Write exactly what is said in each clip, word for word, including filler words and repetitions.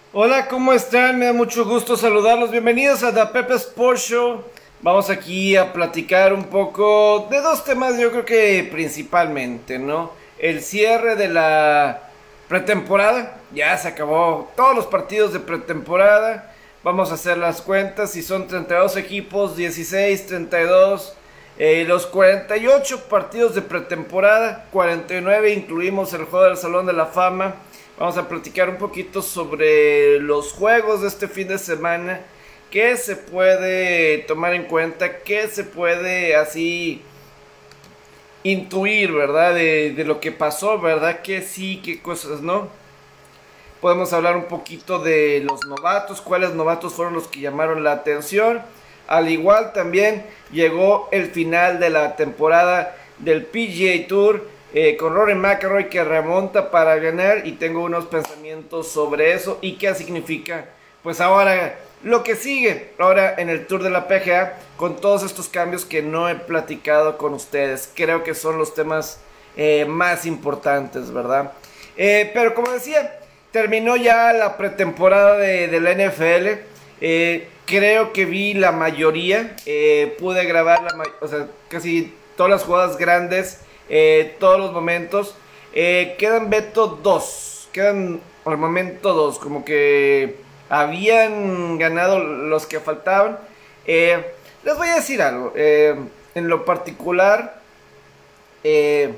Hola, ¿cómo están? Me da mucho gusto saludarlos. Bienvenidos a The Pepe Sports Show. Vamos aquí a platicar un poco de dos temas, yo creo que principalmente, ¿no? El cierre de la pretemporada. Ya se acabó todos los partidos de pretemporada. Vamos a hacer las cuentas. Si son treinta y dos equipos, dieciséis, treinta y dos. Eh, los cuarenta y ocho partidos de pretemporada, cuarenta y nueve incluimos el juego del Salón de la Fama. Vamos a platicar un poquito sobre los juegos de este fin de semana, qué se puede tomar en cuenta, qué se puede así intuir, ¿verdad? De, de lo que pasó, ¿verdad? Que sí, qué cosas no. Podemos hablar un poquito de los novatos, cuáles novatos fueron los que llamaron la atención. Al igual también llegó el final de la temporada del P G A Tour eh, con Rory McIlroy que remonta para ganar, y tengo unos pensamientos sobre eso y qué significa pues ahora lo que sigue ahora en el Tour de la P G A con todos estos cambios que no he platicado con ustedes. Creo que son los temas eh, más importantes, ¿verdad? Eh, pero como decía, terminó ya la pretemporada de, de la N F L. Eh, creo que vi la mayoría. Eh, pude grabar la o sea, casi todas las jugadas grandes, eh, todos los momentos. Eh, quedan Beto dos. Quedan al momento dos. Como que habían ganado los que faltaban. Eh, les voy a decir algo. Eh, en lo particular, eh,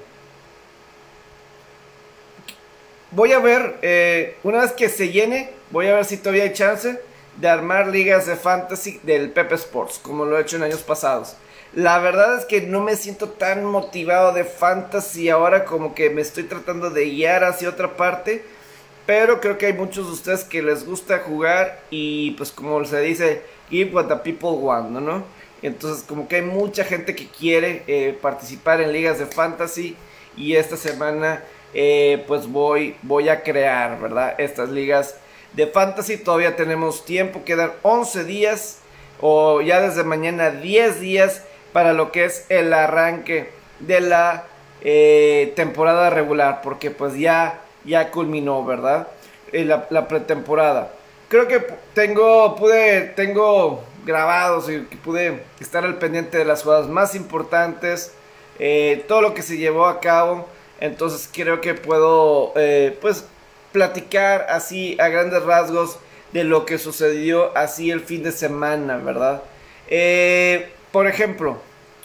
voy a ver, eh, una vez que se llene, voy a ver si todavía hay chance de armar ligas de fantasy del Pepe Sports, como lo he hecho en años pasados. La verdad es que no me siento tan motivado de fantasy ahora, como que me estoy tratando de guiar hacia otra parte. Pero creo que hay muchos de ustedes que les gusta jugar y pues como se dice, give what the people want, ¿no? Entonces como que hay mucha gente que quiere eh, participar en ligas de fantasy, y esta semana eh, pues voy, voy a crear, ¿verdad? Estas ligas de fantasy. Todavía tenemos tiempo, quedan once días o ya desde mañana diez días para lo que es el arranque de la eh, temporada regular, porque pues ya, ya culminó, ¿verdad? Eh, la, la pretemporada. Creo que tengo, pude, tengo grabados y que pude estar al pendiente de las jugadas más importantes, eh, todo lo que se llevó a cabo. Entonces creo que puedo, eh, pues, platicar así a grandes rasgos de lo que sucedió así el fin de semana, ¿verdad? Eh, por ejemplo,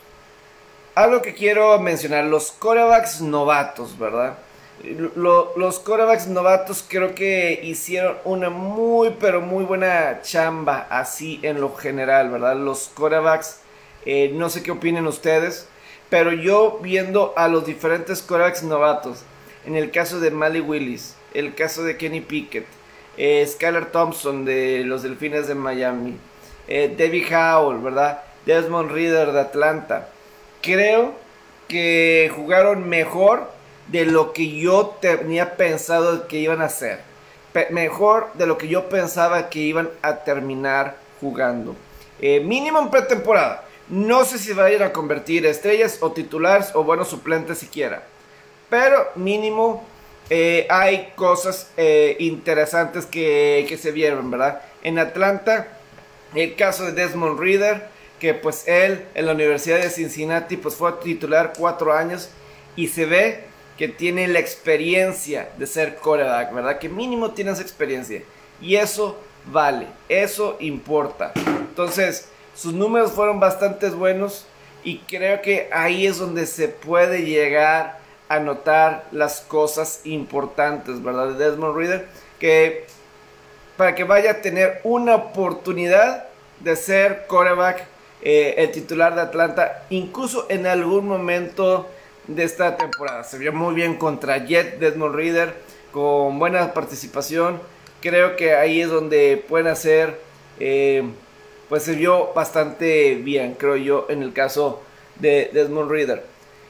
algo que quiero mencionar, los quarterbacks novatos, ¿verdad? Lo, los quarterbacks novatos creo que hicieron una muy, pero muy buena chamba así en lo general, ¿verdad? Los quarterbacks, eh, no sé qué opinen ustedes, pero yo viendo a los diferentes quarterbacks novatos, en el caso de Malik Willis, el caso de Kenny Pickett, eh, Skylar Thompson de los Delfines de Miami, eh, David Howell, ¿verdad? Desmond Ridder de Atlanta. Creo que jugaron mejor de lo que yo tenía pensado que iban a hacer. Pe- mejor de lo que yo pensaba que iban a terminar jugando. Eh, mínimo en pretemporada. No sé si va a ir a convertir estrellas o titulares o buenos suplentes siquiera. Pero mínimo eh, hay cosas eh, interesantes que, que se vieron, ¿verdad? En Atlanta, el caso de Desmond Ridder, que pues él en la Universidad de Cincinnati pues fue titular cuatro años y se ve que tiene la experiencia de ser quarterback, ¿verdad? Que mínimo tiene esa experiencia, y eso vale, eso importa. Entonces sus números fueron bastante buenos, y creo que ahí es donde se puede llegar a notar las cosas importantes, ¿verdad? De Desmond Ridder, que para que vaya a tener una oportunidad de ser quarterback, eh, el titular de Atlanta, incluso en algún momento de esta temporada. Se vio muy bien contra Jet, Desmond Ridder, con buena participación. Creo que ahí es donde pueden hacer, eh, pues se vio bastante bien, creo yo, en el caso de Desmond Ridder.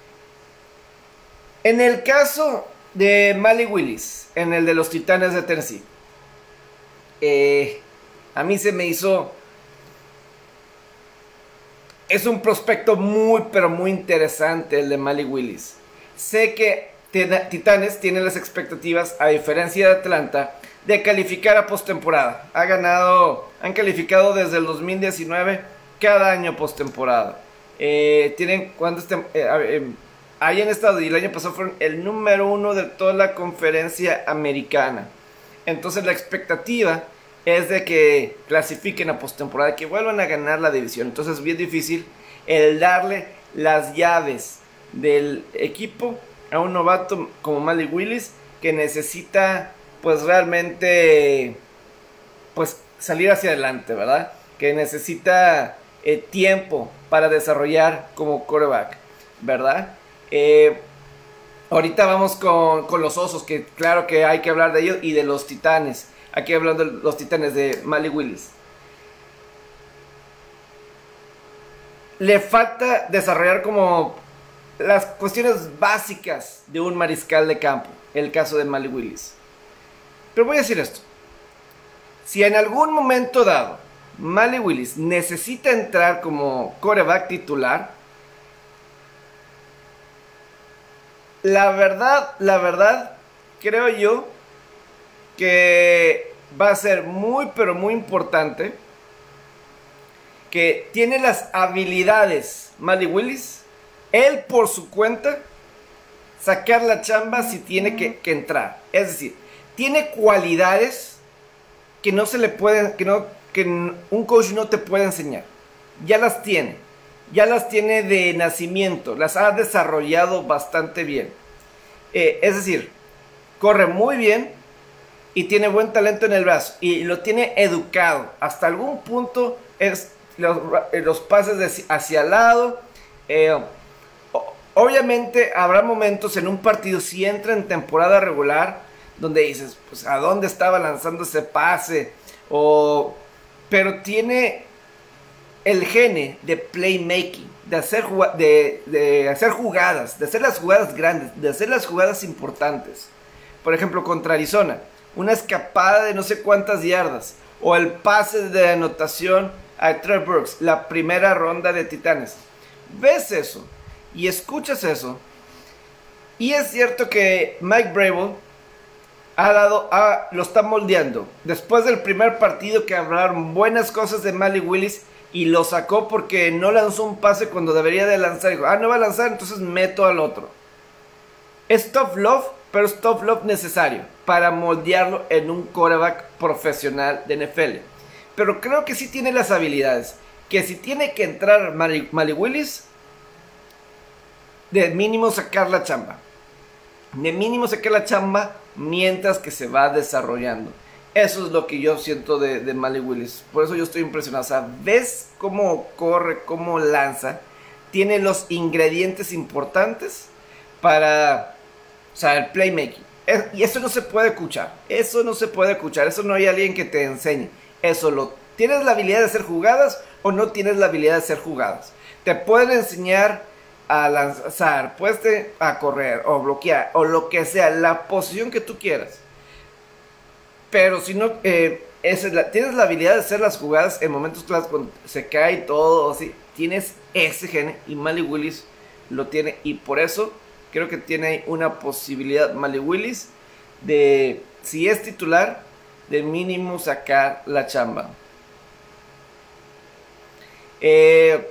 En el caso de Malik Willis, en el de los Titanes de Tennessee, eh, a mí se me hizo... Es un prospecto muy, pero muy interesante el de Malik Willis. Sé que Titanes tiene las expectativas, a diferencia de Atlanta, de calificar a postemporada. Ha ganado, han calificado desde el dos mil diecinueve cada año postemporada. Eh, tienen cuántos eh, eh, hayan estado, y el año pasado fueron el número uno de toda la conferencia americana. Entonces la expectativa es de que clasifiquen a postemporada, que vuelvan a ganar la división. Entonces es bien difícil el darle las llaves del equipo a un novato como Malik Willis, que necesita pues realmente pues salir hacia adelante, ¿verdad? Que necesita eh, tiempo para desarrollar como quarterback, ¿verdad? Eh, ahorita vamos con, con los Osos, que claro que hay que hablar de ellos, y de los Titanes. Aquí hablando de los Titanes, de Malik Willis. Le falta desarrollar como las cuestiones básicas de un mariscal de campo, el caso de Malik Willis. Pero voy a decir esto: si en algún momento dado Malik Willis necesita entrar como quarterback titular, la verdad, la verdad, creo yo que va a ser muy, pero muy importante, que tiene las habilidades Malik Willis, él por su cuenta, sacar la chamba si tiene que, que entrar. Es decir, tiene cualidades que no se le pueden, que, no, que un coach no te puede enseñar. Ya las tiene, ya las tiene de nacimiento, las ha desarrollado bastante bien. Eh, es decir, corre muy bien y tiene buen talento en el brazo y lo tiene educado. Hasta algún punto es los, los pases de hacia el lado. Eh, obviamente habrá momentos en un partido, si entra en temporada regular, donde dices, pues, ¿a dónde estaba lanzando ese pase? O, pero tiene el gene de playmaking, de hacer, de, de hacer jugadas, de hacer las jugadas grandes, de hacer las jugadas importantes. Por ejemplo, contra Arizona, una escapada de no sé cuántas yardas, o el pase de anotación a Trey Burks, la primera ronda de Titanes. Ves eso y escuchas eso, y es cierto que Mike Vrabel ha dado, ha, lo está moldeando. Después del primer partido, que hablaron buenas cosas de Malik Willis, y lo sacó porque no lanzó un pase cuando debería de lanzar. Dijo, ah, no va a lanzar, entonces meto al otro. Es tough love, pero es tough love necesario para moldearlo en un quarterback profesional de N F L. Pero creo que sí tiene las habilidades, que si tiene que entrar Malik, Malik Willis, de mínimo sacar la chamba. De mínimo sacar la chamba mientras que se va desarrollando. Eso es lo que yo siento de, de Malik Willis. Por eso yo estoy impresionado. O sea, ves cómo corre, cómo lanza. Tiene los ingredientes importantes para, o sea, el playmaking. Es, y eso no se puede escuchar. Eso no se puede escuchar. Eso no hay alguien que te enseñe. Eso lo... ¿Tienes la habilidad de hacer jugadas o no tienes la habilidad de hacer jugadas? Te pueden enseñar a lanzar, puedes te, a correr o bloquear o lo que sea, la posición que tú quieras. Pero si no, eh, es la, tienes la habilidad de hacer las jugadas en momentos claros cuando se cae todo, así, tienes ese gene, y Malik Willis lo tiene, y por eso creo que tiene una posibilidad Malik Willis de, si es titular, de mínimo sacar la chamba. Eh,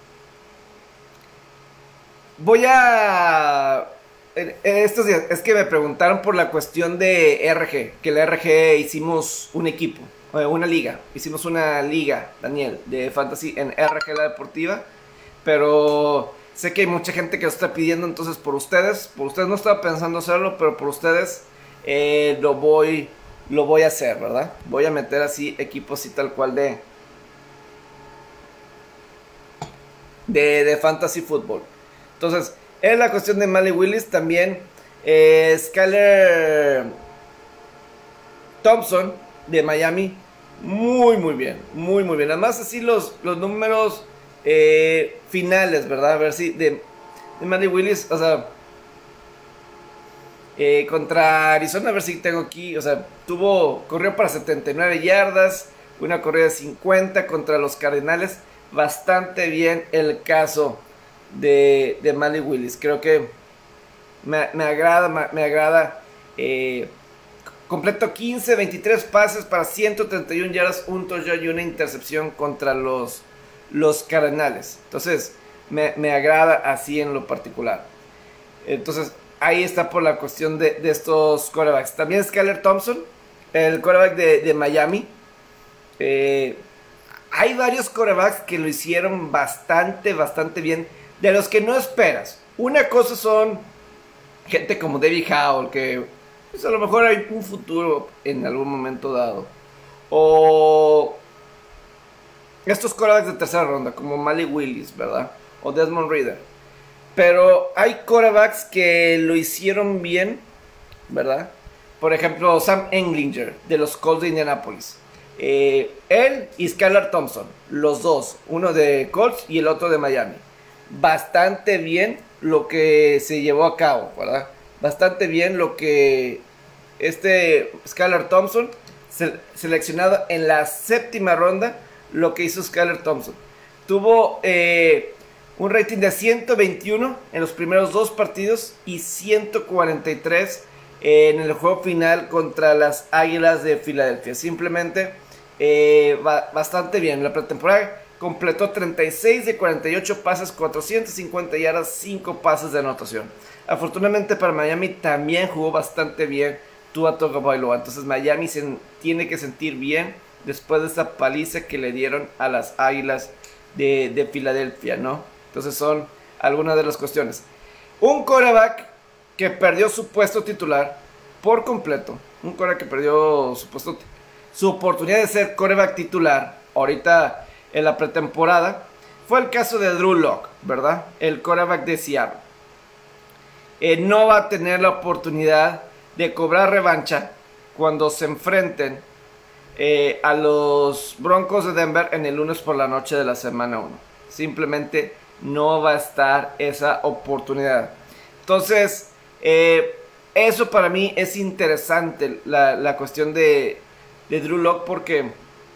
voy a... Estos días, es que me preguntaron por la cuestión de R G, que la R G hicimos un equipo, una liga, hicimos una liga, Daniel, de fantasy en R G la deportiva, pero sé que hay mucha gente que lo está pidiendo, entonces por ustedes, por ustedes no estaba pensando hacerlo, pero por ustedes eh, lo voy, lo voy a hacer, ¿verdad? Voy a meter así equipos y tal cual de, de, de fantasy fútbol. Entonces, es la cuestión de Malik Willis. También eh, Skyler Thompson de Miami, muy muy bien, muy muy bien. Además así los, los números eh, finales, ¿verdad? A ver si de, de Malik Willis, o sea, eh, contra Arizona, a ver si tengo aquí, o sea, tuvo, corrió para setenta y nueve yardas, una corrida de cincuenta contra los Cardenales. Bastante bien el caso de, de Malik Willis. Creo que me, me agrada, me, me agrada eh, completó quince, veintitrés pases para ciento treinta y una yardas, un touchdown y una intercepción contra los, los Cardenales. Entonces, me, me agrada así en lo particular. Entonces, ahí está por la cuestión de, de estos quarterbacks. También Skylar Thompson, el quarterback de, de Miami. Eh, hay varios quarterbacks que lo hicieron bastante, bastante bien. De los que no esperas. Una cosa son gente como David Howell, que pues, a lo mejor hay un futuro en algún momento dado. O estos quarterbacks de tercera ronda, como Malik Willis, ¿verdad? O Desmond Ridder. Pero hay quarterbacks que lo hicieron bien, ¿verdad? Por ejemplo, Sam Ehlinger, de los Colts de Indianapolis. Eh, él y Skylar Thompson, los dos, uno de Colts y el otro de Miami. Bastante bien lo que se llevó a cabo, ¿verdad? Bastante bien lo que este Skylar Thompson, se, seleccionado en la séptima ronda, lo que hizo Skylar Thompson. Tuvo eh, un rating de ciento veintiuno en los primeros dos partidos y ciento cuarenta y tres en el juego final contra las Águilas de Filadelfia. Simplemente eh, ba- bastante bien. La pretemporada completó treinta y seis de cuarenta y ocho pases, cuatrocientas cincuenta yardas, cinco pases de anotación. Afortunadamente para Miami también jugó bastante bien Tua Tagovailoa. Entonces Miami se tiene que sentir bien después de esa paliza que le dieron a las Águilas de, de Filadelfia, ¿no? Entonces son algunas de las cuestiones. Un quarterback que perdió su puesto titular por completo. Un quarterback que perdió su puesto, su oportunidad de ser quarterback titular ahorita en la pretemporada, fue el caso de Drew Lock, ¿verdad? El quarterback de Seattle. Eh, no va a tener la oportunidad de cobrar revancha cuando se enfrenten eh, a los Broncos de Denver en el lunes por la noche de la semana uno. Simplemente no va a estar esa oportunidad. Entonces, eh, eso para mí es interesante, la, la cuestión de, de Drew Lock, porque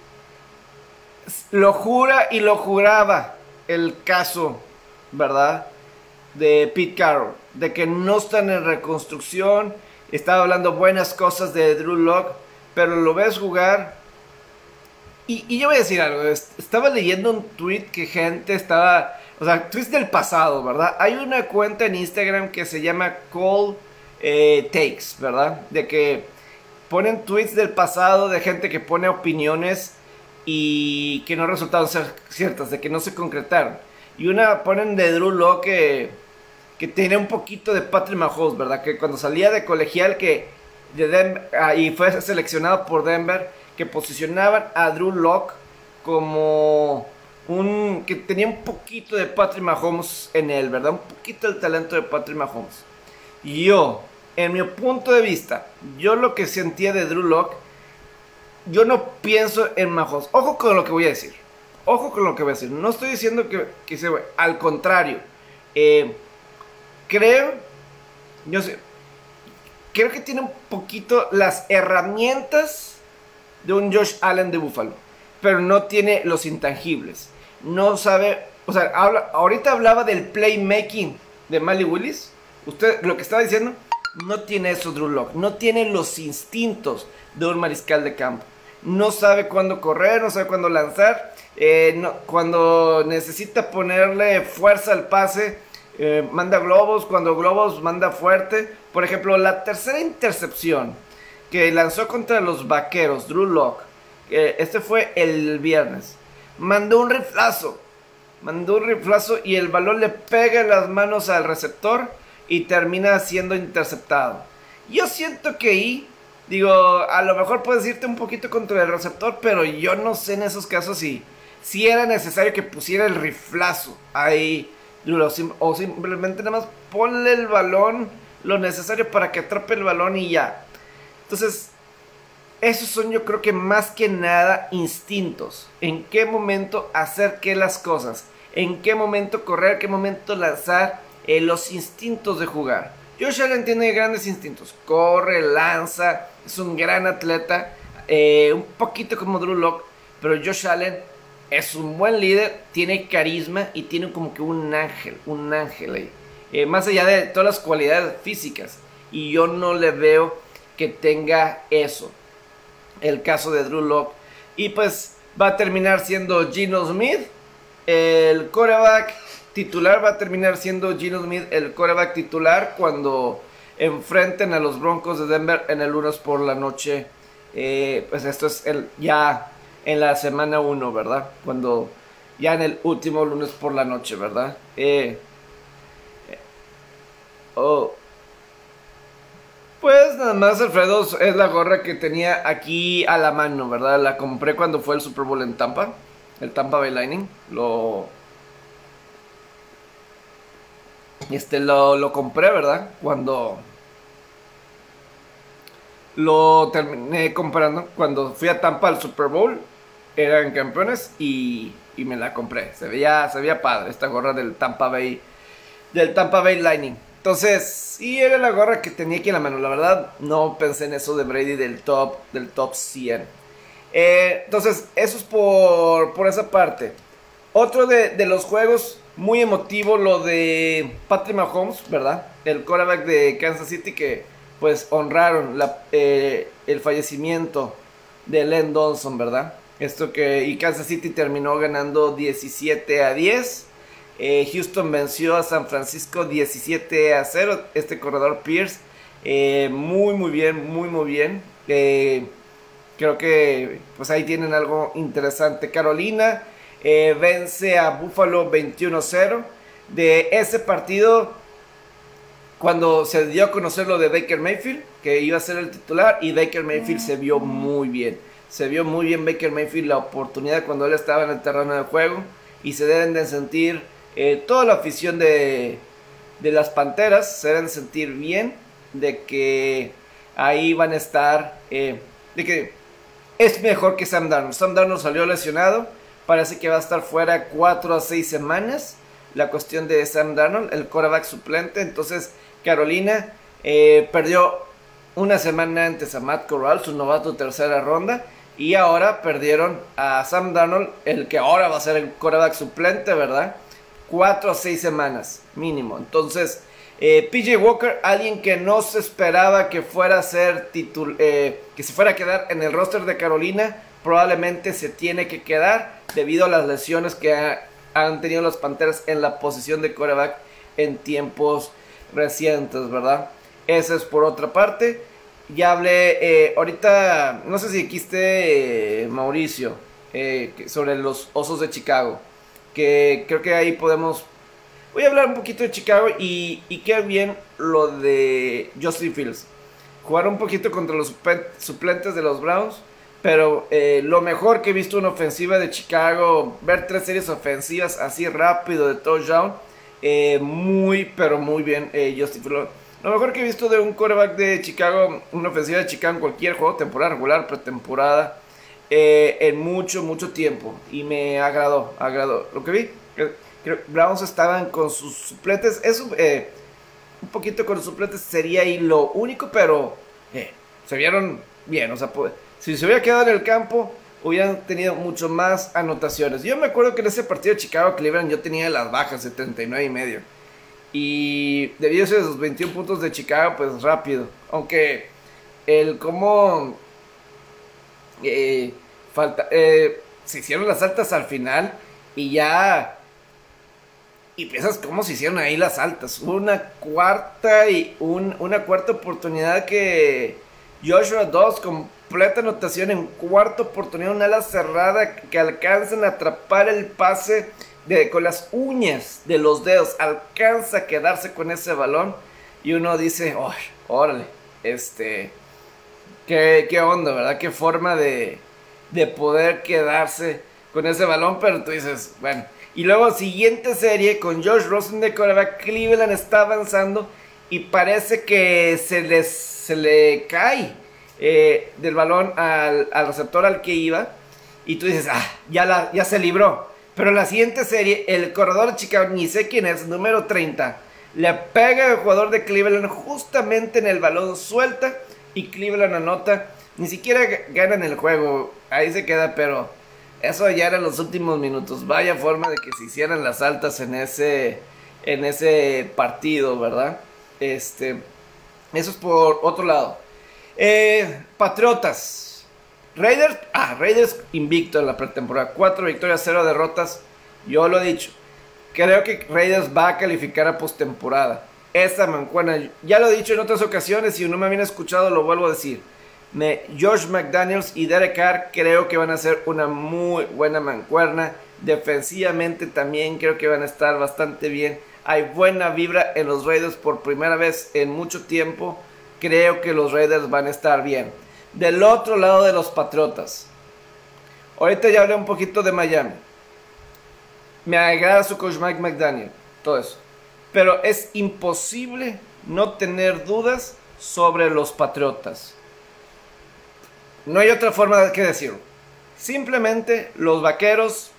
lo jura y lo juraba el caso, ¿verdad?, de Pete Carroll, de que no están en reconstrucción. Estaba hablando buenas cosas de Drew Lock, pero lo ves jugar y, y yo voy a decir algo. Estaba leyendo un tweet que gente estaba, o sea, tweets del pasado, ¿verdad? Hay una cuenta en Instagram que se llama Call eh, Takes, ¿verdad? De que ponen tweets del pasado de gente que pone opiniones y que no resultaron ser ciertas, de que no se concretaron. Y una ponen de Drew Lock que, que tiene un poquito de Patrick Mahomes, ¿verdad? Que cuando salía de colegial que de Denver, ah, y fue seleccionado por Denver, que posicionaban a Drew Lock como un que tenía un poquito de Patrick Mahomes en él, ¿verdad? Un poquito del talento de Patrick Mahomes. Y yo, en mi punto de vista, yo lo que sentía de Drew Lock, yo no pienso en Mahomes. Ojo con lo que voy a decir. Ojo con lo que voy a decir. No estoy diciendo que, que se... Al contrario. Eh, creo... Yo sé... Creo que tiene un poquito las herramientas de un Josh Allen de Buffalo. Pero no tiene los intangibles. No sabe... O sea, habla, ahorita hablaba del playmaking de Malik Willis. Usted, lo que estaba diciendo... No tiene eso Drew Lock. No tiene los instintos de un mariscal de campo. No sabe cuándo correr, no sabe cuándo lanzar. Eh, no, cuando necesita ponerle fuerza al pase, eh, manda globos. Cuando globos manda fuerte. Por ejemplo, la tercera intercepción que lanzó contra los Vaqueros, Drew Lock, eh, este fue el viernes. Mandó un riflazo. Mandó un riflazo y el balón le pega en las manos al receptor y termina siendo interceptado. Yo siento que ahí, digo, a lo mejor puedes irte un poquito contra el receptor, pero yo no sé en esos casos si, si era necesario que pusiera el riflazo ahí, o simplemente nada más ponle el balón, lo necesario para que atrape el balón y ya. Entonces, esos son, yo creo que más que nada instintos. En qué momento hacer qué las cosas, en qué momento correr, qué momento lanzar, eh, los instintos de jugar. Josh Allen tiene grandes instintos, corre, lanza, es un gran atleta, eh, un poquito como Drew Lock, pero Josh Allen es un buen líder, tiene carisma y tiene como que un ángel, un ángel ahí, eh, más allá de todas las cualidades físicas, y yo no le veo que tenga eso. El caso de Drew Lock. Y pues va a terminar siendo Geno Smith. El quarterback titular va a terminar siendo Geno Smith, el quarterback titular, cuando enfrenten a los Broncos de Denver en el lunes por la noche. Eh, pues esto es el, ya en la semana uno, ¿verdad? Cuando ya en el último lunes por la noche, ¿verdad? Eh, eh, oh. Pues nada más, Alfredo, es la gorra que tenía aquí a la mano, ¿verdad? La compré cuando fue el Super Bowl en Tampa, el Tampa Bay Lightning. Lo... Este, lo, lo compré, ¿verdad? Cuando... Lo terminé comprando cuando fui a Tampa al Super Bowl. Eran campeones y, y me la compré. Se veía, se veía padre esta gorra del Tampa Bay, del Tampa Bay Lightning. Entonces, sí, era la gorra que tenía aquí en la mano. La verdad, no pensé en eso de Brady del top, del top cien. Eh, entonces, eso es por, por esa parte. Otro de, de los juegos muy emotivo, lo de Patrick Mahomes, ¿verdad? El quarterback de Kansas City, que pues honraron la, eh, el fallecimiento de Len Dawson, ¿verdad? Esto que, y Kansas City terminó ganando diecisiete a diez. Eh, Houston venció a San Francisco diecisiete a cero. Este corredor Pierce, eh, muy muy bien, muy muy bien. Eh, creo que pues ahí tienen algo interesante. Carolina eh, vence a Buffalo veintiuno a cero. De ese partido, cuando se dio a conocer lo de Baker Mayfield, que iba a ser el titular, y Baker Mayfield se vio muy bien. Se vio muy bien Baker Mayfield, la oportunidad cuando él estaba en el terreno de juego. Y se deben de sentir, eh, toda la afición de, de las Panteras, se deben sentir bien de que ahí van a estar, eh, de que es mejor que Sam Darnold. Sam Darnold salió lesionado, parece que va a estar fuera cuatro a seis semanas. La cuestión de Sam Darnold, el quarterback suplente. Entonces Carolina eh, perdió una semana antes a Matt Corral, su novato tercera ronda. Y ahora perdieron a Sam Darnold, el que ahora va a ser el quarterback suplente, ¿verdad? Cuatro a seis semanas mínimo. Entonces, eh, P J Walker, alguien que no se esperaba que fuera a ser titul eh, que se fuera a quedar en el roster de Carolina, probablemente se tiene que quedar debido a las lesiones que ha, han tenido los Panteras en la posición de quarterback en tiempos recientes, ¿verdad? Eso es por otra parte. Ya hablé, eh, ahorita, no sé si aquí esté eh, Mauricio, eh, sobre los Osos de Chicago, que creo que ahí podemos, voy a hablar un poquito de Chicago y, y qué bien lo de Justin Fields. Jugar un poquito contra los suplentes de los Browns, pero eh, lo mejor que he visto en ofensiva de Chicago, ver tres series ofensivas así rápido de touchdown, eh, muy, pero muy bien eh, Justin Fields. Lo mejor que he visto de un quarterback de Chicago, una ofensiva de Chicago en cualquier juego, temporada regular, pretemporada, eh, en mucho, mucho tiempo. Y me agradó, agradó. Lo que vi, creo que Browns estaban con sus suplentes. Eso, eh, un poquito con los suplentes sería ahí lo único, pero eh, se vieron bien. O sea, pues, si se hubiera quedado en el campo, hubieran tenido mucho más anotaciones. Yo me acuerdo que en ese partido de Chicago-Cleveland yo tenía las bajas, setenta y nueve y medio. Y debido a esos veintiún puntos de Chicago, pues rápido. Aunque el cómo eh, falta, eh, se hicieron las altas al final y ya. Y piensas cómo se hicieron ahí las altas. Una cuarta y un, una cuarta oportunidad que Joshua Dobbs, completa anotación en cuarta oportunidad, una ala cerrada que alcanzan a atrapar el pase. De, con las uñas de los dedos alcanza a quedarse con ese balón y uno dice, oh, órale, este, qué, qué onda, ¿verdad? Qué forma de, de poder quedarse con ese balón, pero tú dices, bueno. Y luego siguiente serie con Josh Rosen de quarterback, Cleveland está avanzando y parece que se, les, se le cae eh, del balón al, al receptor al que iba y tú dices, ah, ya, la, ya se libró. Pero en la siguiente serie, el corredor de Chicago, ni sé quién es, número treinta, le pega al jugador de Cleveland justamente en el balón, suelta y Cleveland anota. Ni siquiera ganan el juego, ahí se queda, pero eso ya era en los últimos minutos. Vaya forma de que se hicieran las altas en ese, en ese partido, ¿verdad? Este, eso es por otro lado. Eh, Patriotas. Raiders. Ah, Raiders invicto en la pretemporada. Cuatro victorias, cero derrotas. Yo lo he dicho. Creo que Raiders va a calificar a postemporada. Esta mancuerna, ya lo he dicho en otras ocasiones. Si no me habían escuchado, lo vuelvo a decir. Me, Josh McDaniels y Derek Carr creo que van a ser una muy buena mancuerna. Defensivamente también creo que van a estar bastante bien. Hay buena vibra en los Raiders por primera vez en mucho tiempo. Creo que los Raiders van a estar bien. Del otro lado de los Patriotas. Ahorita ya hablé un poquito de Miami. Me agrada su coach Mike McDaniel. Todo eso. Pero es imposible no tener dudas sobre los Patriotas. No hay otra forma de que decirlo. Simplemente los Vaqueros,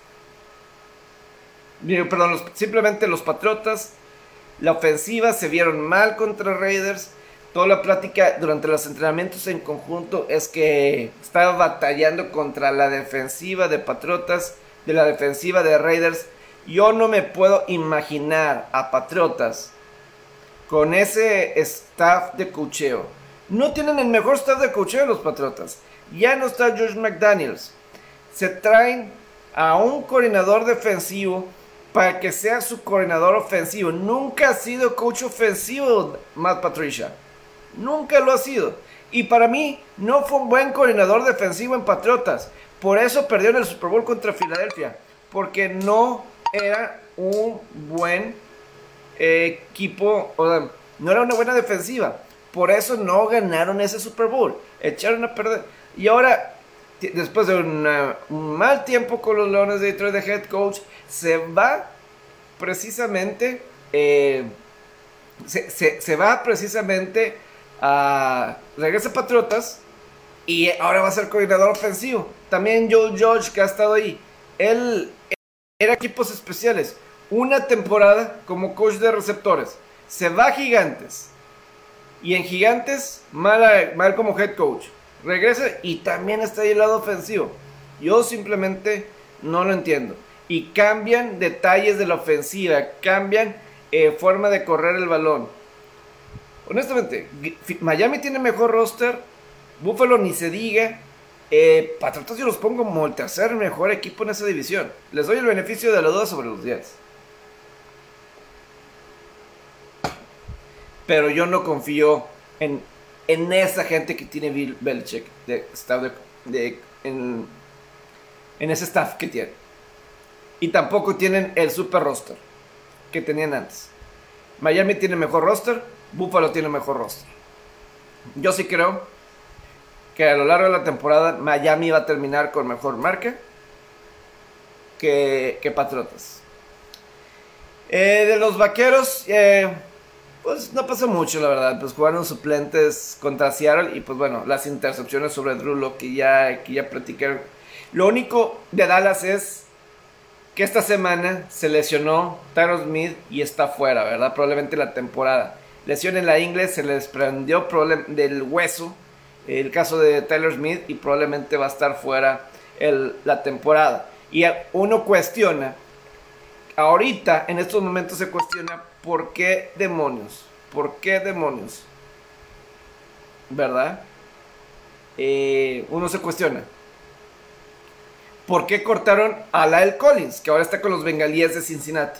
perdón, los, simplemente los Patriotas, la ofensiva se vieron mal contra Raiders. Toda la plática durante los entrenamientos en conjunto es que estaba batallando contra la defensiva de Patriotas, de la defensiva de Raiders. Yo no me puedo imaginar a Patriotas con ese staff de coacheo. No tienen el mejor staff de coacheo los Patriotas. Ya no está Josh McDaniels. Se traen a un coordinador defensivo para que sea su coordinador ofensivo. Nunca ha sido coach ofensivo Matt Patricia. Nunca lo ha sido. Y para mí no fue un buen coordinador defensivo en Patriotas. Por eso perdió en el Super Bowl contra Filadelfia. Porque no era un buen eh, equipo. O sea, no era una buena defensiva. Por eso no ganaron ese Super Bowl. Echaron a perder. Y ahora, después de una, un mal tiempo con los Leones de Detroit de head coach, se va precisamente, eh, se, se, se va precisamente a, regresa a Patriotas y ahora va a ser coordinador ofensivo. También Joe Judge, que ha estado ahí, él era equipos especiales, una temporada como coach de receptores, se va a Gigantes y en Gigantes mal, mal como head coach. Regresa y también está ahí el lado ofensivo. Yo simplemente no lo entiendo. Y cambian detalles de la ofensiva. Cambian eh, forma de correr el balón. Honestamente, Miami tiene mejor roster. Buffalo ni se diga. Eh, Patriotas yo los pongo como el tercer mejor equipo en esa división. Les doy el beneficio de la duda sobre los Jets. Pero yo no confío en... en esa gente que tiene Bill Belichick de staff de, de, en, en ese staff que tiene. Y tampoco tienen el super roster que tenían antes. Miami tiene mejor roster, Buffalo tiene mejor roster. Yo sí creo que a lo largo de la temporada Miami va a terminar con mejor marca que, que Patriotas. Eh, de los Vaqueros, eh, pues no pasó mucho, la verdad. Pues jugaron suplentes contra Seattle. Y pues bueno, las intercepciones sobre Drew Lock que ya, que ya platicaron. Lo único de Dallas es que esta semana se lesionó Tyron Smith y está fuera, ¿verdad? Probablemente la temporada. Lesión en la ingle, se le desprendió del hueso. El caso de Tyler Smith. Y probablemente va a estar fuera el, la temporada. Y uno cuestiona. Ahorita, en estos momentos se cuestiona por qué demonios, por qué demonios, ¿verdad? Eh, uno se cuestiona, ¿por qué cortaron a La'el Collins, que ahora está con los Bengalíes de Cincinnati?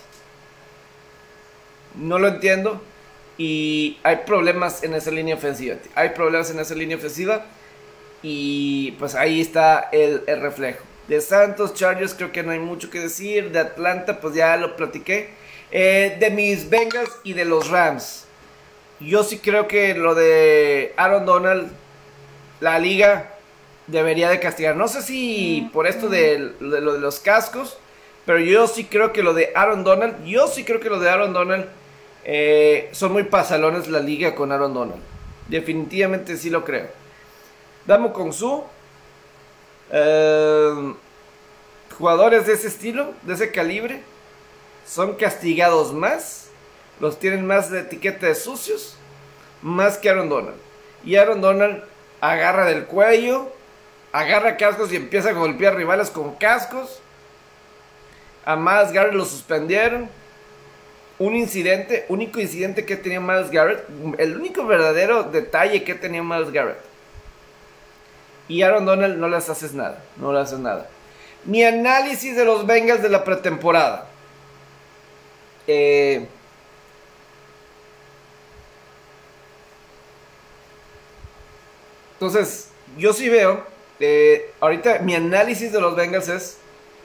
No lo entiendo. Y hay problemas en esa línea ofensiva, hay problemas en esa línea ofensiva. Y pues ahí está el, el reflejo. De Santos, Chargers, creo que no hay mucho que decir. De Atlanta, pues ya lo platiqué. Eh, de mis Bengals y de los Rams. Yo sí creo que lo de Aaron Donald, la liga debería de castigar. No sé si por esto de, de lo de los cascos, pero yo sí creo que lo de Aaron Donald, yo sí creo que lo de Aaron Donald, eh, son muy pasalones la liga con Aaron Donald. Definitivamente sí lo creo. Damo con su... Uh, jugadores de ese estilo, de ese calibre, son castigados más, los tienen más de etiqueta de sucios, más que Aaron Donald. Y Aaron Donald agarra del cuello, agarra cascos y empieza a golpear rivales con cascos. A Myles Garrett lo suspendieron. Un incidente, único incidente que tenía Myles Garrett, el único verdadero detalle que tenía Myles Garrett, Y Aaron Donald no les haces nada, no le haces nada. Mi análisis de los Bengals de la pretemporada. Eh, entonces, yo sí veo, eh, ahorita mi análisis de los Bengals es,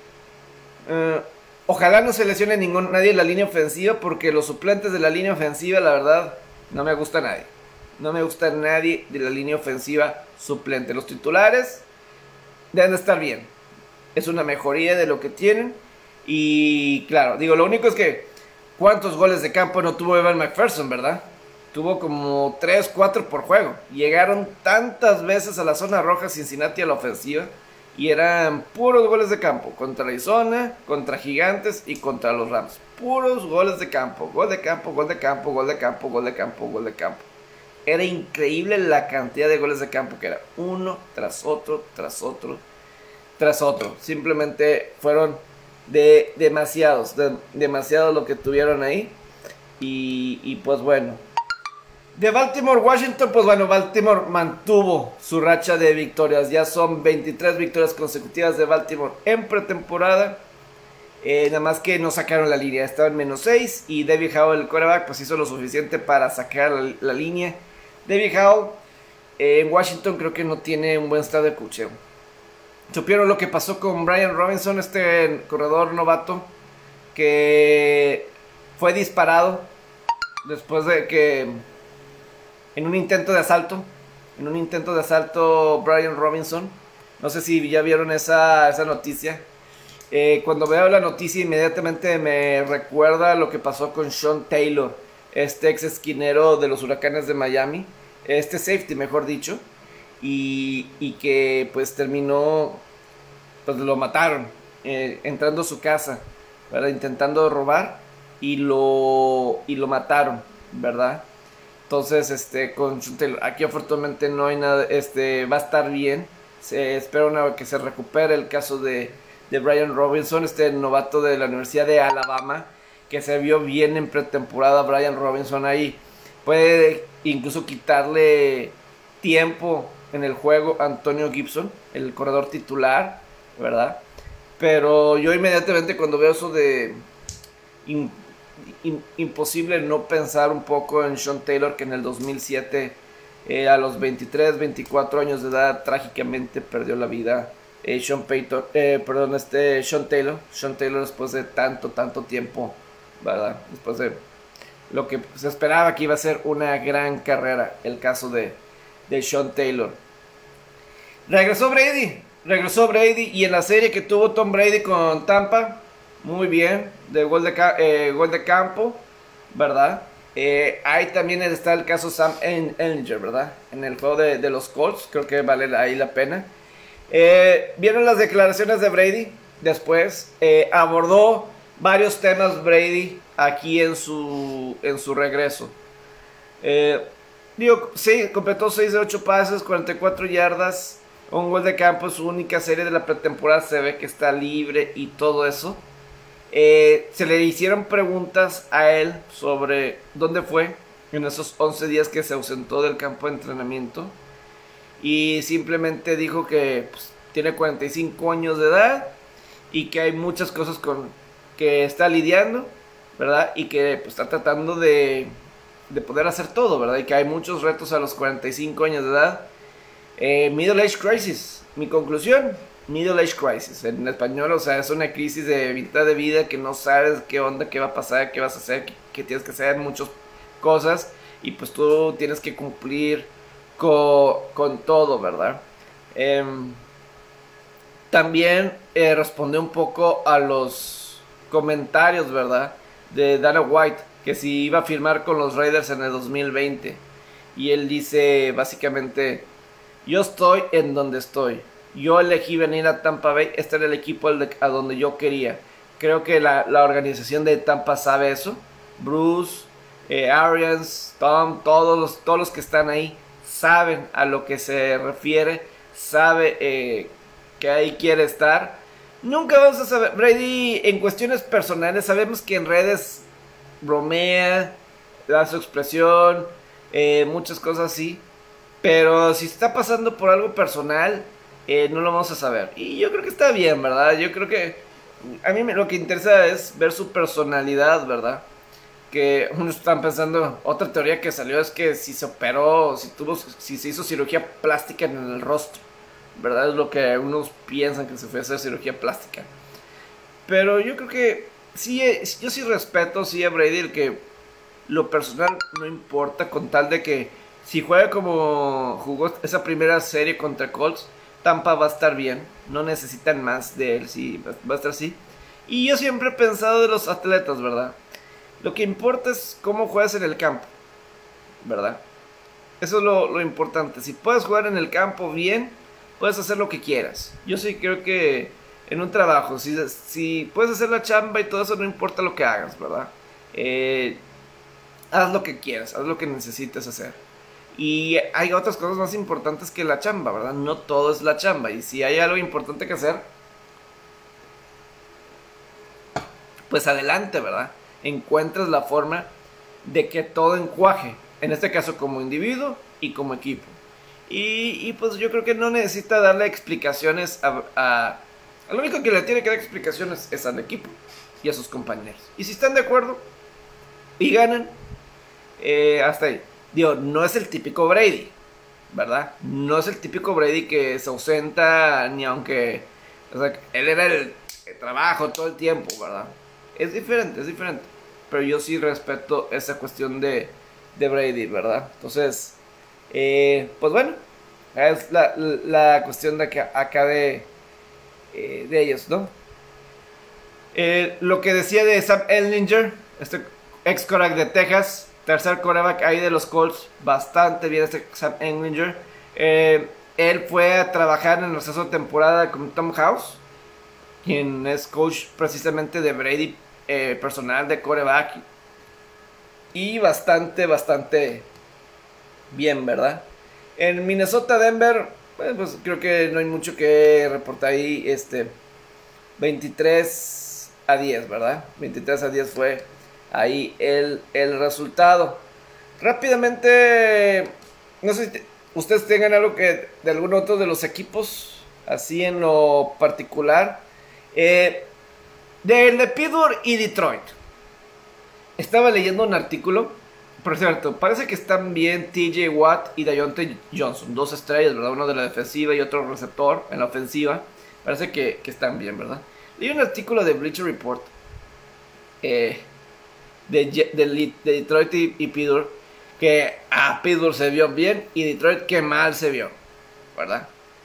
eh, ojalá no se lesione ningún, nadie en la línea ofensiva, porque los suplentes de la línea ofensiva, la verdad, no me gusta nadie. No me gusta nadie de la línea ofensiva suplente. Los titulares deben de estar bien. Es una mejoría de lo que tienen. Y claro, digo, lo único es que ¿cuántos goles de campo no tuvo Evan McPherson, verdad? Tuvo como tres, cuatro por juego. Llegaron tantas veces a la zona roja Cincinnati a la ofensiva. Y eran puros goles de campo. Contra Arizona, contra Gigantes y contra los Rams. Puros goles de campo. Gol de campo, gol de campo, gol de campo, gol de campo, gol de campo. Era increíble la cantidad de goles de campo que era. Uno tras otro, tras otro, tras otro. Simplemente fueron de demasiados, de, demasiado lo que tuvieron ahí. Y, y pues bueno. De Baltimore, Washington, pues bueno, Baltimore mantuvo su racha de victorias. Ya son veintitrés victorias consecutivas de Baltimore en pretemporada. Eh, nada más que no sacaron la línea, estaba en menos seis. Y David Howell, el quarterback, pues hizo lo suficiente para sacar la, la línea. David Howell eh, en Washington creo que no tiene un buen estado de coacheo. ¿Supieron lo que pasó con Brian Robinson, este corredor novato? Que fue disparado después de que en un intento de asalto. En un intento de asalto Brian Robinson. No sé si ya vieron esa, esa noticia. Eh, cuando veo la noticia inmediatamente me recuerda lo que pasó con Sean Taylor, este ex esquinero de los Huracanes de Miami, este safety mejor dicho, y, y que pues terminó, pues lo mataron, eh, entrando a su casa, ¿verdad? Intentando robar y lo, y lo mataron, ¿verdad? Entonces, este, con Sean Taylor, aquí afortunadamente no hay nada, este, va a estar bien, se espera una, que se recupere el caso de de Brian Robinson, este novato de la Universidad de Alabama, que se vio bien en pretemporada. Brian Robinson ahí puede incluso quitarle tiempo en el juego a Antonio Gibson, el corredor titular, ¿verdad? Pero yo inmediatamente cuando veo eso de in, in, imposible no pensar un poco en Sean Taylor, que en el dos mil siete eh, a los veintitrés, veinticuatro años de edad trágicamente perdió la vida. Eh, Sean Payton, eh, perdón, este Sean Taylor, Sean Taylor después de tanto, tanto tiempo, ¿verdad? Después de lo que se esperaba que iba a ser una gran carrera, el caso de, de Sean Taylor. Regresó Brady, regresó Brady y en la serie que tuvo Tom Brady con Tampa, muy bien, de gol de, eh, gol de campo, ¿verdad? Eh, ahí también está el caso Sam Ehlinger, ¿verdad? En el juego de, de los Colts, creo que vale ahí la pena. Eh, Vieron las declaraciones de Brady. Después eh, abordó varios temas Brady aquí en su, en su regreso. Eh, digo, sí, completó seis de ocho pases, cuarenta y cuatro yardas, un gol de campo, su única serie de la pretemporada. Se ve que está libre y todo eso. Eh, se le hicieron preguntas a él sobre dónde fue en esos once días que se ausentó del campo de entrenamiento. Y simplemente dijo que pues, tiene cuarenta y cinco años de edad y que hay muchas cosas con que está lidiando, ¿verdad? Y que pues, está tratando de, de poder hacer todo, ¿verdad? Y que hay muchos retos a los cuarenta y cinco años de edad. Eh, Middle Age Crisis, mi conclusión, Middle Age Crisis, en español, o sea, es una crisis de mitad de vida que no sabes qué onda, qué va a pasar, qué vas a hacer, qué, qué tienes que hacer, muchas cosas, y pues tú tienes que cumplir Con, con todo, ¿verdad? Eh, también eh, respondió un poco a los comentarios, ¿verdad? De Dana White, que si iba a firmar con los Raiders en el dos mil veinte. Y él dice básicamente, yo estoy en donde estoy. Yo elegí venir a Tampa Bay, este era el equipo a donde yo quería. Creo que la, la organización de Tampa sabe eso. Bruce, eh, Arians, Tom, todos los, todos los que están ahí saben a lo que se refiere, sabe eh, que ahí quiere estar. Nunca vamos a saber, Brady en cuestiones personales, sabemos que en redes bromea, da su expresión, eh, muchas cosas así, Pero si está pasando por algo personal, eh, no lo vamos a saber. Y yo creo que está bien, ¿verdad? Yo creo que a mí me- lo que interesa es ver su personalidad, ¿verdad? Que unos están pensando, otra teoría que salió es que si se operó, si tuvo, si se hizo cirugía plástica en el rostro, ¿verdad? Es lo que unos piensan que se fue a hacer cirugía plástica. Pero yo creo que sí, eh, yo sí respeto, sí a Brady, el que lo personal no importa con tal de que si juega como jugó esa primera serie contra Colts, Tampa va a estar bien, no necesitan más de él, sí, va a estar así. Y yo siempre he pensado de los atletas, ¿verdad? Lo que importa es cómo juegas en el campo, ¿verdad? Eso es lo, lo importante. Si puedes jugar en el campo bien, puedes hacer lo que quieras. Yo sí creo que en un trabajo, si, si puedes hacer la chamba y todo eso, no importa lo que hagas, ¿verdad? Eh, haz lo que quieras, haz lo que necesites hacer. Y hay otras cosas más importantes que la chamba, ¿verdad? No todo es la chamba. Y si hay algo importante que hacer, pues adelante, ¿verdad? Encuentras la forma de que todo encuaje. En este caso como individuo y como equipo. Y, y pues yo creo que no necesita darle explicaciones a, a... a lo único que le tiene que dar explicaciones es al equipo y a sus compañeros. Y si están de acuerdo y ganan, eh, hasta ahí. Digo, no es el típico Brady, ¿verdad? No es el típico Brady que se ausenta ni aunque... O sea, él era el, el trabajo todo el tiempo, ¿verdad? Es diferente, es diferente. Pero yo sí respeto esa cuestión de, de Brady, ¿verdad? Entonces, eh, pues bueno, es la, la cuestión de acá, acá de, eh, de ellos, ¿no? Eh, lo que decía de Sam Ehlinger, este ex quarterback de Texas, tercer quarterback ahí de los Colts, bastante bien este Sam Ehlinger. Eh, él fue a trabajar en el proceso de temporada con Tom House, quien es coach precisamente de Brady, eh, personal de quarterback. Y bastante, bastante bien, ¿verdad? En Minnesota, Denver, pues, pues creo que no hay mucho que reportar ahí. Este, veintitrés a diez, ¿verdad? veintitrés a diez fue ahí el, el resultado. Rápidamente, no sé si te, ustedes tengan algo que de algún otro de los equipos, así en lo particular. Eh, de, de Pittsburgh y Detroit. Estaba leyendo un artículo. Por cierto, parece que están bien T J Watt y Diontae Johnson. Dos estrellas, ¿verdad? Uno de la defensiva y otro receptor en la ofensiva. Parece que, que están bien, ¿verdad? Leí un artículo de Bleacher Report. Eh, de, de, de Detroit y, y Pittsburgh. Que a ah, Pittsburgh se vio bien y Detroit que mal se vio, ¿verdad?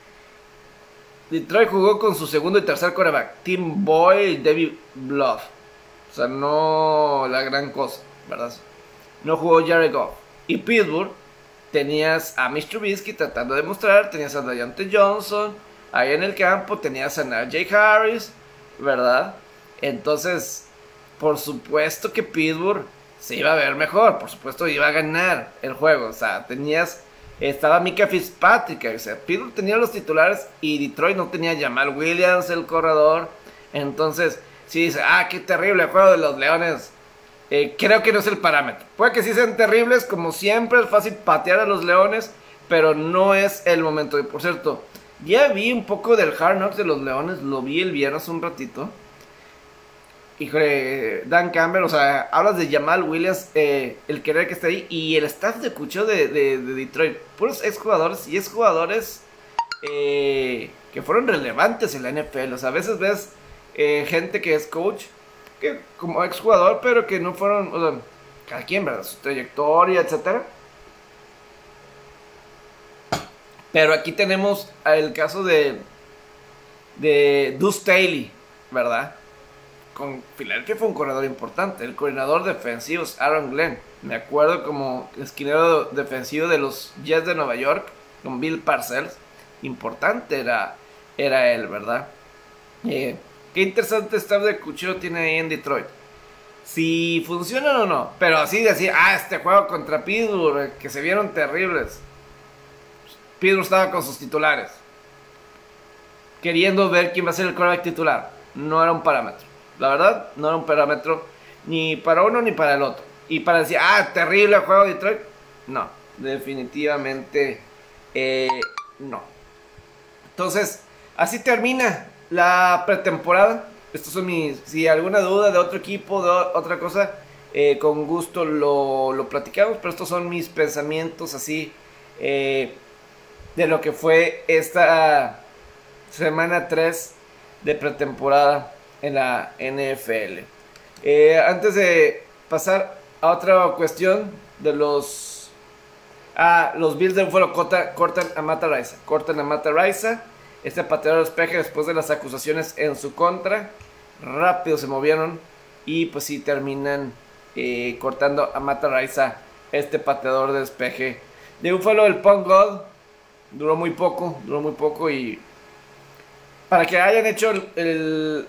Detroit jugó con su segundo y tercer quarterback, Tim Boyle y David Bluff. O sea, no la gran cosa, ¿verdad? No jugó Jared Goff. Y Pittsburgh, tenías a Mitch Trubisky tratando de mostrar, tenías a Diontae Johnson ahí en el campo, tenías a Najee Harris, ¿verdad? Entonces, por supuesto que Pittsburgh se iba a ver mejor, por supuesto iba a ganar el juego. O sea, tenías, estaba Micah Fitzpatrick, o sea, Pittsburgh tenía los titulares y Detroit no tenía a Jamal Williams, el corredor. Entonces, si dice, ah, qué terrible el juego de los Leones. Eh, creo que no es el parámetro. Puede que sí sean terribles, como siempre es fácil patear a los Leones, pero no es el momento. Y por cierto, ya vi un poco del Hard Knocks de los Leones, lo vi el viernes un ratito. Híjole, Dan Campbell, o sea, hablas de Jamal Williams, eh, el querer que está ahí, y el staff de cuchillo de, de, de Detroit, puros exjugadores y exjugadores eh, que fueron relevantes en la N F L. O sea, a veces ves eh, gente que es coach, que como exjugador, pero que no fueron, o sea, cada quien, ¿verdad? Su trayectoria, etcétera. Pero aquí tenemos el caso de de Deuce Staley, ¿verdad? Con Philadelphia fue un corredor importante. El coordinador defensivo es Aaron Glenn. Me acuerdo como esquinero defensivo de los Jets de Nueva York, con Bill Parcells. Importante era, era él, ¿verdad? Eh, qué interesante staff de cuchillo tiene ahí en Detroit. Si funcionan o no. Pero así decir, ah, este juego contra Pittsburgh, que se vieron terribles. Pittsburgh estaba con sus titulares, queriendo ver quién va a ser el quarterback titular. No era un parámetro. La verdad, no era un parámetro ni para uno ni para el otro. Y para decir, ah, terrible juego de Detroit. No, definitivamente Eh, no. Entonces, así termina la pretemporada. Estos son mis... Si alguna duda de otro equipo, de otra cosa, eh, con gusto lo, lo platicamos. Pero estos son mis pensamientos así eh, de lo que fue esta semana tres de pretemporada en la N F L. Eh, antes de pasar a otra cuestión de los... Ah, los Bills de Buffalo cortan, cortan a Matt Araiza. Cortan a Matt Araiza. Este pateador de despeje después de las acusaciones en su contra. Rápido se movieron. Y pues sí terminan eh, cortando a Matt Araiza. Este pateador de despeje de Buffalo, el Punt God. Duró muy poco. Duró muy poco y... Para que hayan hecho el, el...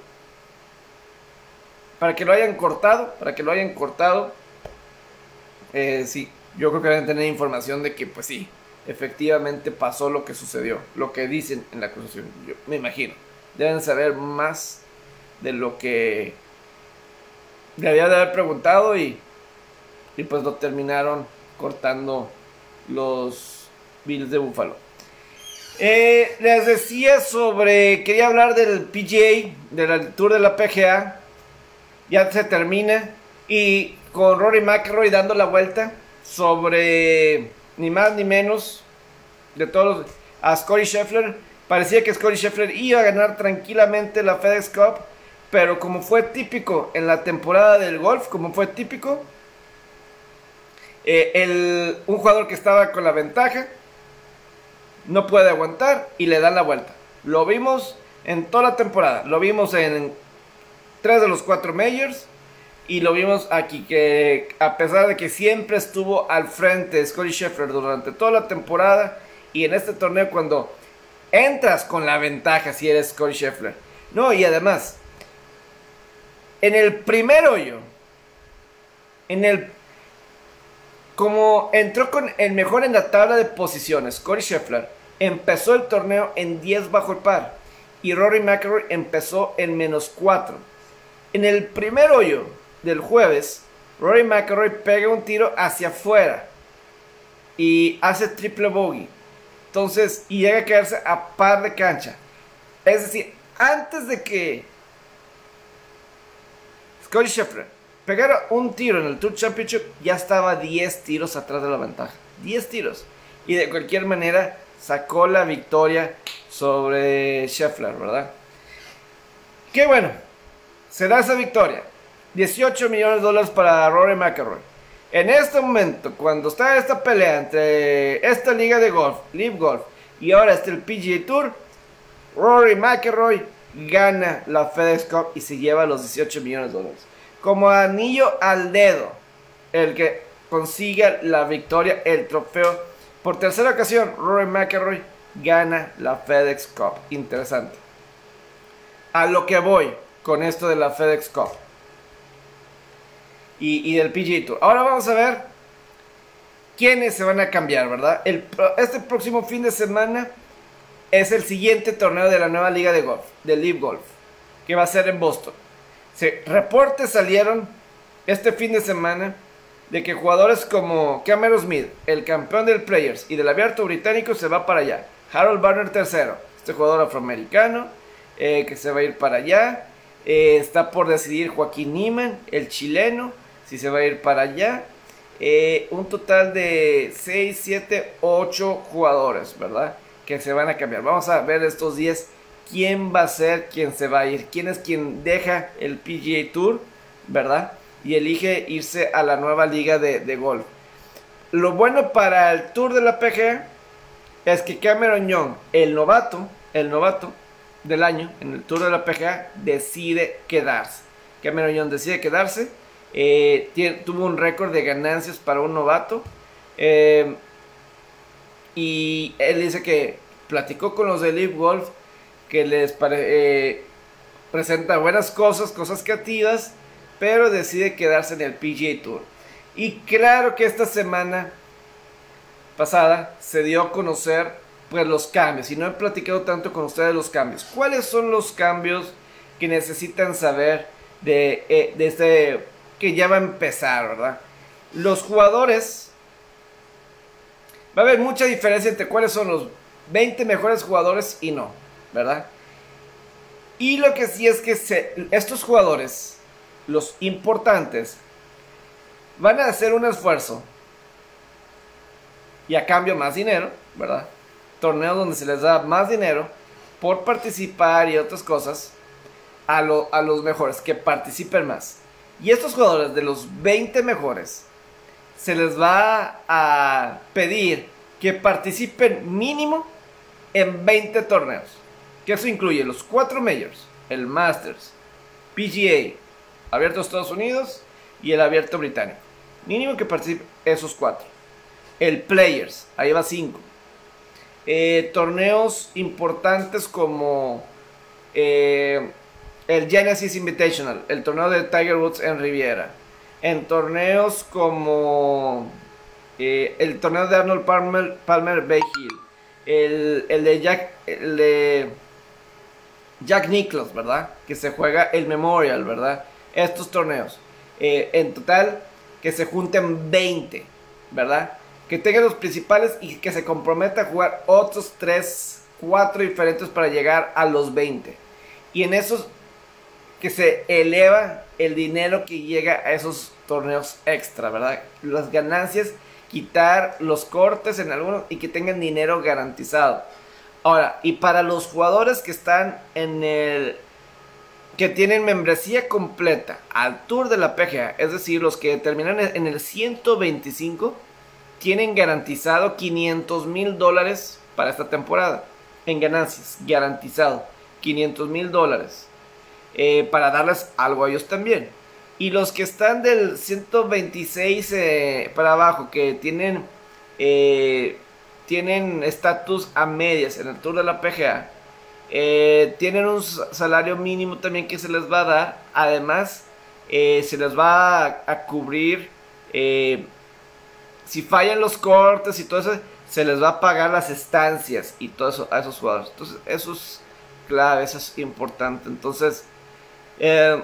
Para que lo hayan cortado. Para que lo hayan cortado. Eh, sí. Yo creo que deben tener información de que, pues sí, efectivamente pasó lo que sucedió, lo que dicen en la acusación. Yo me imagino. Deben saber más de lo que debía de haber preguntado y, y pues lo terminaron cortando los Bills de Buffalo. Eh, les decía sobre, quería hablar del P G A, del Tour de la P G A. Ya se termina y con Rory McIlroy dando la vuelta sobre ni más ni menos de todos los, a Scottie Scheffler. Parecía que Scottie Scheffler iba a ganar tranquilamente la FedEx Cup, pero como fue típico en la temporada del golf, como fue típico, eh, el, un jugador que estaba con la ventaja no puede aguantar y le dan la vuelta. Lo vimos en toda la temporada, lo vimos en tres de los cuatro majors. Y lo vimos aquí, que a pesar de que siempre estuvo al frente de Scottie Scheffler durante toda la temporada, y en este torneo cuando entras con la ventaja si eres Scottie Scheffler. No, y además, en el primer hoyo, en el... Como entró con el mejor en la tabla de posiciones, Scottie Scheffler empezó el torneo en diez bajo el par. Y Rory McIlroy empezó en menos cuatro. En el primer hoyo del jueves, Rory McIlroy pega un tiro hacia afuera y hace triple bogey. Entonces, y llega a quedarse a par de cancha. Es decir, antes de que Scottie Scheffler pegara un tiro en el Tour Championship, ya estaba diez tiros atrás de la ventaja. diez tiros. Y de cualquier manera sacó la victoria sobre Scheffler, ¿verdad? Qué bueno. Se da esa victoria. dieciocho millones de dólares para Rory McIlroy. En este momento, cuando está esta pelea entre esta liga de golf, Live Golf, y ahora está el P G A Tour, Rory McIlroy gana la FedEx Cup y se lleva los dieciocho millones de dólares. Como anillo al dedo, el que consiga la victoria, el trofeo. Por tercera ocasión, Rory McIlroy gana la FedEx Cup. Interesante. A lo que voy con esto de la FedEx Cup y, y del P G A Tour. Ahora vamos a ver quiénes se van a cambiar, ¿verdad? El, este próximo fin de semana es el siguiente torneo de la nueva liga de golf, de Live Golf, que va a ser en Boston. Se, reportes salieron este fin de semana de que jugadores como Cameron Smith, el campeón del Players y del Abierto Británico, se va para allá. Harold Varner tercero, este jugador afroamericano, eh, que se va a ir para allá. Eh, está por decidir Joaquín Niemann, el chileno, si se va a ir para allá. Eh, un total de seis, siete, ocho jugadores, ¿verdad? Que se van a cambiar. Vamos a ver estos diez quién va a ser quien se va a ir. Quién es quien deja el P G A Tour, ¿verdad? Y elige irse a la nueva liga de, de golf. Lo bueno para el Tour de la P G A es que Cameron Young, el novato, el novato del año en el Tour de la P G A, decide quedarse. Cameron Young decide quedarse. Eh, tiene, tuvo un récord de ganancias para un novato. Eh, y él dice que platicó con los de Live Golf, que les pare, eh, presenta buenas cosas, cosas creativas, pero decide quedarse en el P G A Tour. Y claro que esta semana pasada se dio a conocer pues los cambios, y no he platicado tanto con ustedes los cambios. ¿Cuáles son los cambios que necesitan saber de, eh, de este que ya va a empezar, verdad? Los jugadores va a haber mucha diferencia entre cuáles son los veinte mejores jugadores y no, ¿verdad? Y lo que sí es que se, estos jugadores, los importantes, van a hacer un esfuerzo y a cambio más dinero, ¿verdad? Torneos donde se les da más dinero por participar y otras cosas a, lo, a los mejores, que participen más. Y estos jugadores de los veinte mejores se les va a pedir que participen mínimo en veinte torneos. Que eso incluye los cuatro Majors, el Masters, P G A, Abierto de Estados Unidos y el Abierto Británico. Mínimo que participen esos cuatro. El Players, ahí va cinco. Eh, torneos importantes como eh, el Genesis Invitational, el torneo de Tiger Woods en Riviera. En torneos como eh, el torneo de Arnold Palmer, Palmer Bay Hill. El, el de Jack el de Jack Nicklaus, ¿verdad? Que se juega el Memorial, ¿verdad? Estos torneos. Eh, en total, que se junten veinte, ¿verdad? Que tengan los principales y que se comprometa a jugar otros tres, cuatro diferentes para llegar a los veinte. Y en esos que se eleva el dinero que llega a esos torneos extra, ¿verdad? Las ganancias, quitar los cortes en algunos y que tengan dinero garantizado. Ahora, y para los jugadores que están en el... que tienen membresía completa al Tour de la P G A, es decir, los que terminan en el ciento veinticinco, tienen garantizado quinientos mil dólares para esta temporada. En ganancias, garantizado. quinientos mil dólares. Eh, para darles algo a ellos también. Y los que están del ciento veintiséis eh, para abajo, que tienen eh, tienen estatus a medias en el Tour de la P G A, eh, tienen un salario mínimo también que se les va a dar. Además, eh, se les va a, a cubrir eh, si fallan los cortes y todo eso, se les va a pagar las estancias y todo eso a esos jugadores. Entonces, eso es clave, eso es importante. Entonces, eh,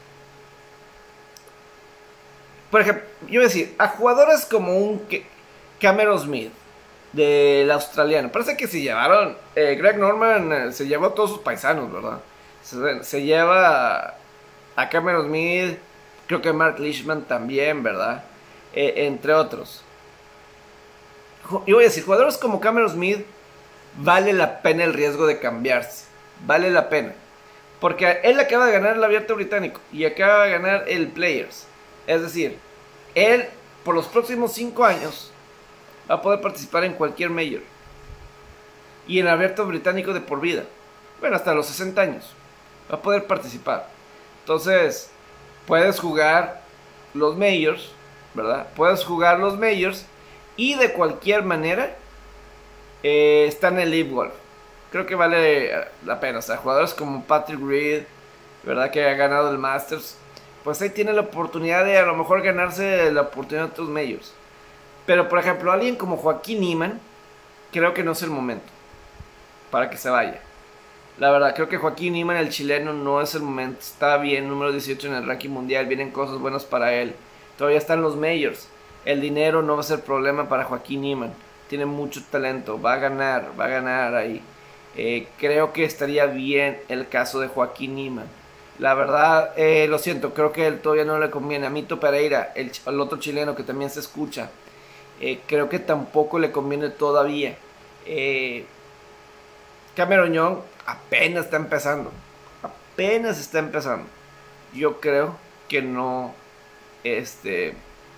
por ejemplo, yo voy a decir, a jugadores como un Cameron Smith, del australiano, parece que se llevaron, eh, Greg Norman eh, se llevó a todos sus paisanos, ¿verdad? Se, se lleva a, a Cameron Smith, creo que Mark Leishman también, ¿verdad? Eh, entre otros. Yo voy a decir, jugadores como Cameron Smith, vale la pena el riesgo de cambiarse, vale la pena. Porque él acaba de ganar el Abierto Británico y acaba de ganar el Players. Es decir, él por los próximos cinco años va a poder participar en cualquier Major. Y en el Abierto Británico de por vida. Bueno, hasta los sesenta años va a poder participar. Entonces, puedes jugar los Majors, ¿verdad? Puedes jugar los Majors y de cualquier manera eh, está en el Live Golf. Creo que vale la pena. O sea, jugadores como Patrick Reed, ¿verdad? Que ha ganado el Masters, pues ahí tiene la oportunidad de a lo mejor ganarse la oportunidad de otros Majors. Pero por ejemplo, alguien como Joaquín Niemann, creo que no es el momento para que se vaya. La verdad, creo que Joaquín Niemann, el chileno, no es el momento. Está bien, número dieciocho en el ranking mundial, vienen cosas buenas para él. Todavía están los Majors. El dinero no va a ser problema para Joaquín Niemann. Tiene mucho talento, va a ganar, va a ganar ahí. Eh, creo que estaría bien el caso de Joaquín Niemann. La verdad, eh, lo siento, creo que él todavía no le conviene. A Mito Pereira, el, el otro chileno que también se escucha, eh, creo que tampoco le conviene todavía. Eh, Cameron Young apenas está empezando. Apenas está empezando. Yo creo que no, este,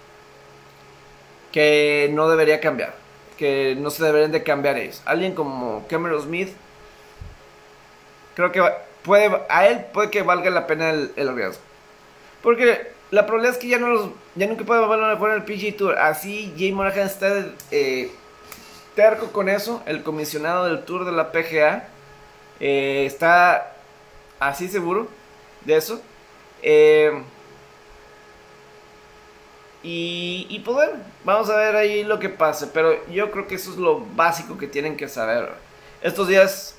que no debería cambiar. Que no se deberían de cambiar ellos. Alguien como Cameron Smith, creo que puede, a él puede que valga la pena el, el riesgo. Porque la probabilidad es que ya no los, ya nunca puede volver a jugar en el P G A Tour. Así Jay Monahan está eh, terco con eso. El comisionado del Tour de la P G A eh, está así seguro de eso. Eh, Y, y pues bueno, vamos a ver ahí lo que pase. Pero yo creo que eso es lo básico que tienen que saber. Estos días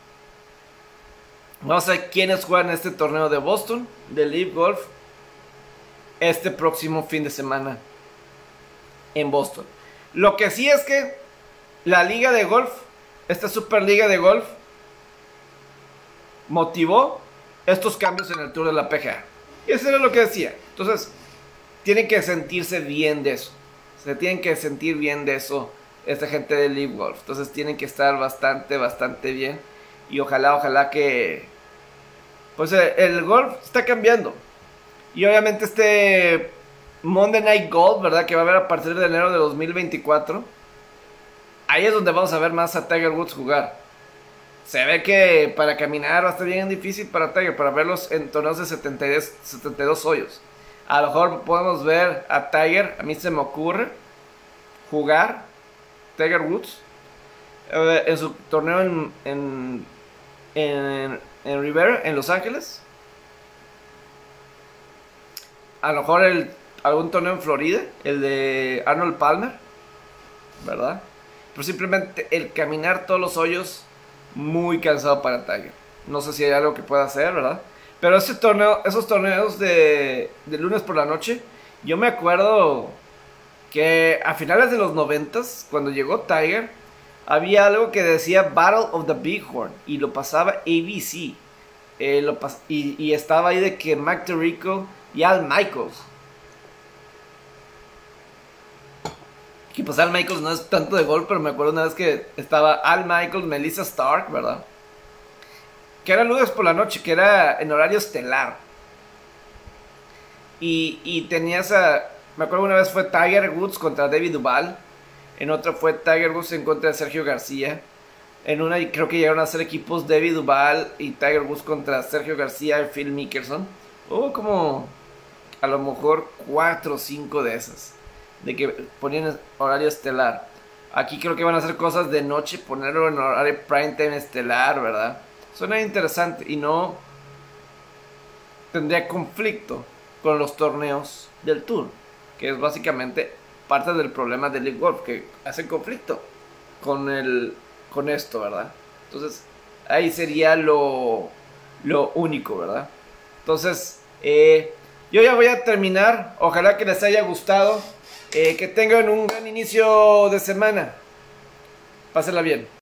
vamos a ver quiénes juegan este torneo de Boston, de Live Golf, este próximo fin de semana en Boston. Lo que sí es que la liga de golf, esta super liga de golf, motivó estos cambios en el Tour de la P G A. Y eso era lo que decía. Entonces, tienen que sentirse bien de eso. Se tienen que sentir bien de eso esta gente de Live Golf. Entonces, tienen que estar bastante, bastante bien. Y ojalá, ojalá que... Pues el, el golf está cambiando. Y obviamente este Monday Night Golf, ¿verdad? Que va a haber a partir de enero de dos mil veinticuatro. Ahí es donde vamos a ver más a Tiger Woods jugar. Se ve que para caminar va a estar bien difícil para Tiger, para verlos en torneos de setenta y dos, setenta y dos hoyos. A lo mejor podemos ver a Tiger, a mí se me ocurre, jugar Tiger Woods eh, en su torneo en, en, en, en Rivera, en Los Ángeles. A lo mejor el, algún torneo en Florida, el de Arnold Palmer, ¿verdad? Pero simplemente el caminar todos los hoyos, muy cansado para Tiger. No sé si hay algo que pueda hacer, ¿verdad? Pero ese torneo, esos torneos de, de lunes por la noche, yo me acuerdo que a finales de los noventas, cuando llegó Tiger, había algo que decía Battle of the Bighorn y lo pasaba A B C. Eh, lo pas y, y estaba ahí de que Mac Tirico y Al Michaels. Que pues Al Michaels no es tanto de golf, pero me acuerdo una vez que estaba Al Michaels, Melissa Stark, ¿verdad? Que era lunes por la noche, que era en horario estelar. Y, y tenías a... Me acuerdo una vez fue Tiger Woods contra David Duval. En otra fue Tiger Woods en contra de Sergio García. En una creo que llegaron a ser equipos David Duval y Tiger Woods contra Sergio García y Phil Mickelson. Hubo como a lo mejor cuatro o cinco de esas. De que ponían horario estelar. Aquí creo que van a hacer cosas de noche, ponerlo en horario prime time estelar, ¿verdad? Suena interesante y no tendría conflicto con los torneos del Tour, que es básicamente parte del problema del Live Golf, que hace conflicto con el con esto, ¿verdad? Entonces ahí sería lo lo único, ¿verdad? Entonces eh, yo ya voy a terminar. Ojalá que les haya gustado. Eh, que tengan un gran inicio de semana. Pásenla bien.